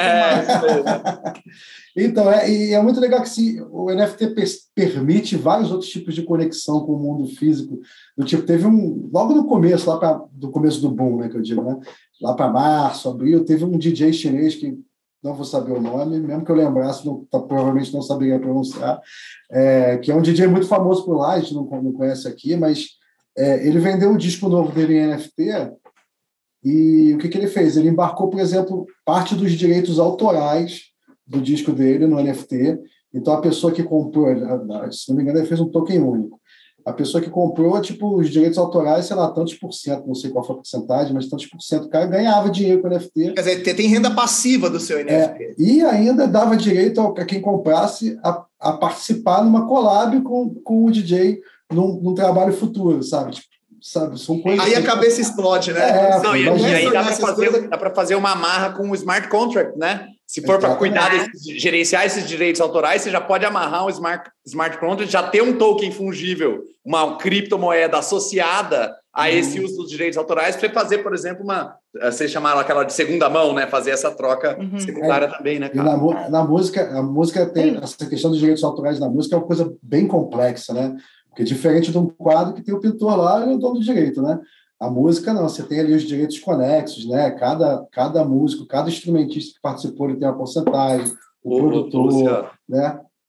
Então, e é muito legal que o NFT permite vários outros tipos de conexão com o mundo físico. Do tipo, teve logo no começo, do começo do boom, né, que eu digo, né? Lá para março, abril, teve um DJ chinês que não vou saber o nome, mesmo que eu lembrasse, provavelmente não saberia pronunciar, que é um DJ muito famoso por lá, a gente não conhece aqui, mas ele vendeu o disco novo dele em NFT e o que ele fez? Ele embarcou, por exemplo, parte dos direitos autorais do disco dele no NFT. Então, a pessoa que comprou, se não me engano, ele fez um token único. A pessoa que comprou, tipo, os direitos autorais, sei lá, tantos por cento, não sei qual foi a porcentagem, mas tantos por cento, o cara ganhava dinheiro com o NFT. Quer dizer, tem renda passiva do seu NFT. E ainda dava direito a quem comprasse a participar numa collab com o DJ num trabalho futuro, sabe? São coisas aí a cabeça explode, né? E aí dá para fazer uma amarra com o smart contract, né? Se for para cuidar gerenciar esses direitos autorais, você já pode amarrar um smart contract, já ter um token fungível, uma criptomoeda associada a esse uso dos direitos autorais, para fazer, por exemplo, vocês chamaram aquela de segunda mão, né? Fazer essa troca secundária também, né, cara? E na música, a música tem essa questão dos direitos autorais na música, é uma coisa bem complexa, né? Porque diferente de um quadro que tem o pintor lá e o dono do direito, né? A música não, você tem ali os direitos conexos, né? Cada músico, cada instrumentista que participou, ele tem uma porcentagem, o produtor, né?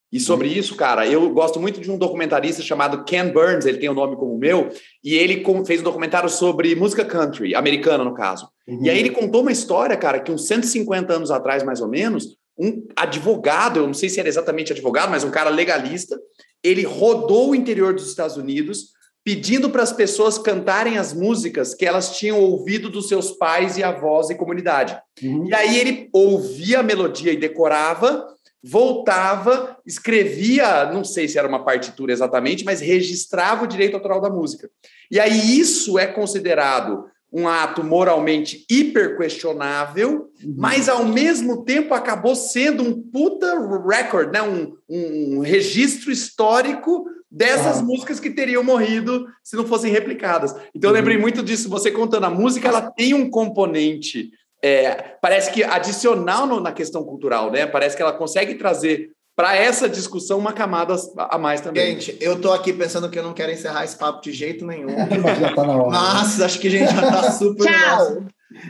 E sobre isso, cara, eu gosto muito de um documentarista chamado Ken Burns, ele tem o nome como o meu, e ele fez um documentário sobre música country, americana no caso. E aí ele contou uma história, cara, que uns 150 anos atrás, mais ou menos, um advogado, eu não sei se era exatamente advogado, mas um cara legalista, ele rodou o interior dos Estados Unidos pedindo para as pessoas cantarem as músicas que elas tinham ouvido dos seus pais e avós e comunidade. E aí ele ouvia a melodia e decorava, voltava, escrevia, não sei se era uma partitura exatamente, mas registrava o direito autoral da música. E aí isso é considerado um ato moralmente hiper questionável, mas ao mesmo tempo acabou sendo um puta record, né? um registro histórico dessas músicas que teriam morrido se não fossem replicadas. Então eu lembrei muito disso, você contando, a música ela tem um componente, parece que adicional na questão cultural, né? Parece que ela consegue trazer para essa discussão uma camada a mais também. Gente, eu tô aqui pensando que eu não quero encerrar esse papo de jeito nenhum. Mas já tá na hora. Mas acho que a gente já tá super... Tchau!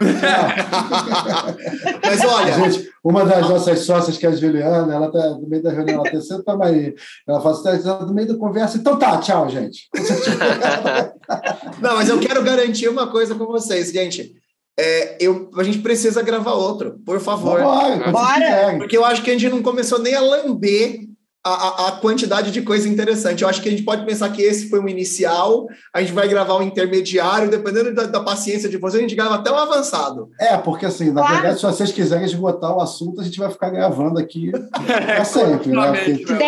Mas olha... Gente, uma das nossas sócias, que é a Juliana, ela tá no meio da reunião, ela tá sempre tamo aí. Ela fala assim, tá no meio da conversa, então tá, tchau, gente. Não, mas eu quero garantir uma coisa com vocês, gente. A gente precisa gravar outro, por favor. Bora! Porque eu acho que a gente não começou nem a lamber a quantidade de coisa interessante. Eu acho que a gente pode pensar que esse foi o inicial, a gente vai gravar o intermediário, dependendo da paciência de vocês, a gente grava até o avançado. Porque assim, na verdade, se vocês quiserem esgotar o assunto, a gente vai ficar gravando aqui para sempre, né?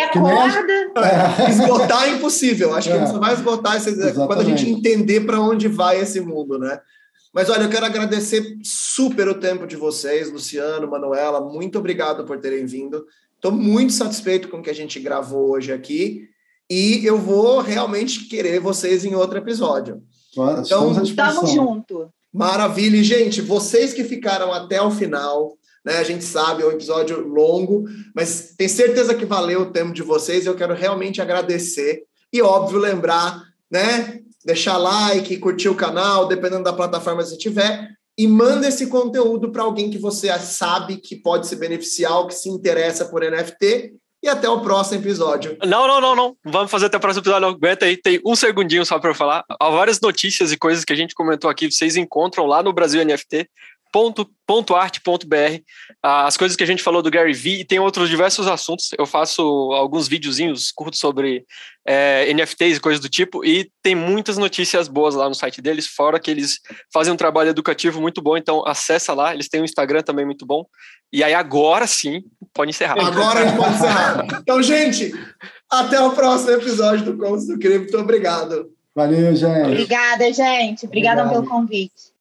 Esgotar é impossível. Acho que a gente só vai esgotar quando a gente entender para onde vai esse mundo, né? Mas, olha, eu quero agradecer super o tempo de vocês, Luciano, Manuela, muito obrigado por terem vindo. Estou muito satisfeito com o que a gente gravou hoje aqui e eu vou realmente querer vocês em outro episódio. Então, estamos juntos. Maravilha. E, gente, vocês que ficaram até o final, né? A gente sabe, é um episódio longo, mas tenho certeza que valeu o tempo de vocês. Eu quero realmente agradecer e, óbvio, lembrar, né? Deixar like, curtir o canal, dependendo da plataforma que você tiver, e manda esse conteúdo para alguém que você sabe que pode se beneficiar ou que se interessa por NFT. E até o próximo episódio. Não. Vamos fazer até o próximo episódio. Não, aguenta aí, tem um segundinho só para eu falar. Há várias notícias e coisas que a gente comentou aqui, vocês encontram lá no Brasil NFT. .art.br, as coisas que a gente falou do Gary Vee, e tem outros diversos assuntos. Eu faço alguns videozinhos curtos sobre NFTs e coisas do tipo, e tem muitas notícias boas lá no site deles, fora que eles fazem um trabalho educativo muito bom, então acessa lá, eles têm um Instagram também muito bom, e aí agora sim, pode encerrar. Agora a gente pode encerrar. Então, gente, até o próximo episódio do Contos do Cripto. Obrigado. Valeu, gente. Obrigada, gente. Obrigada pelo convite.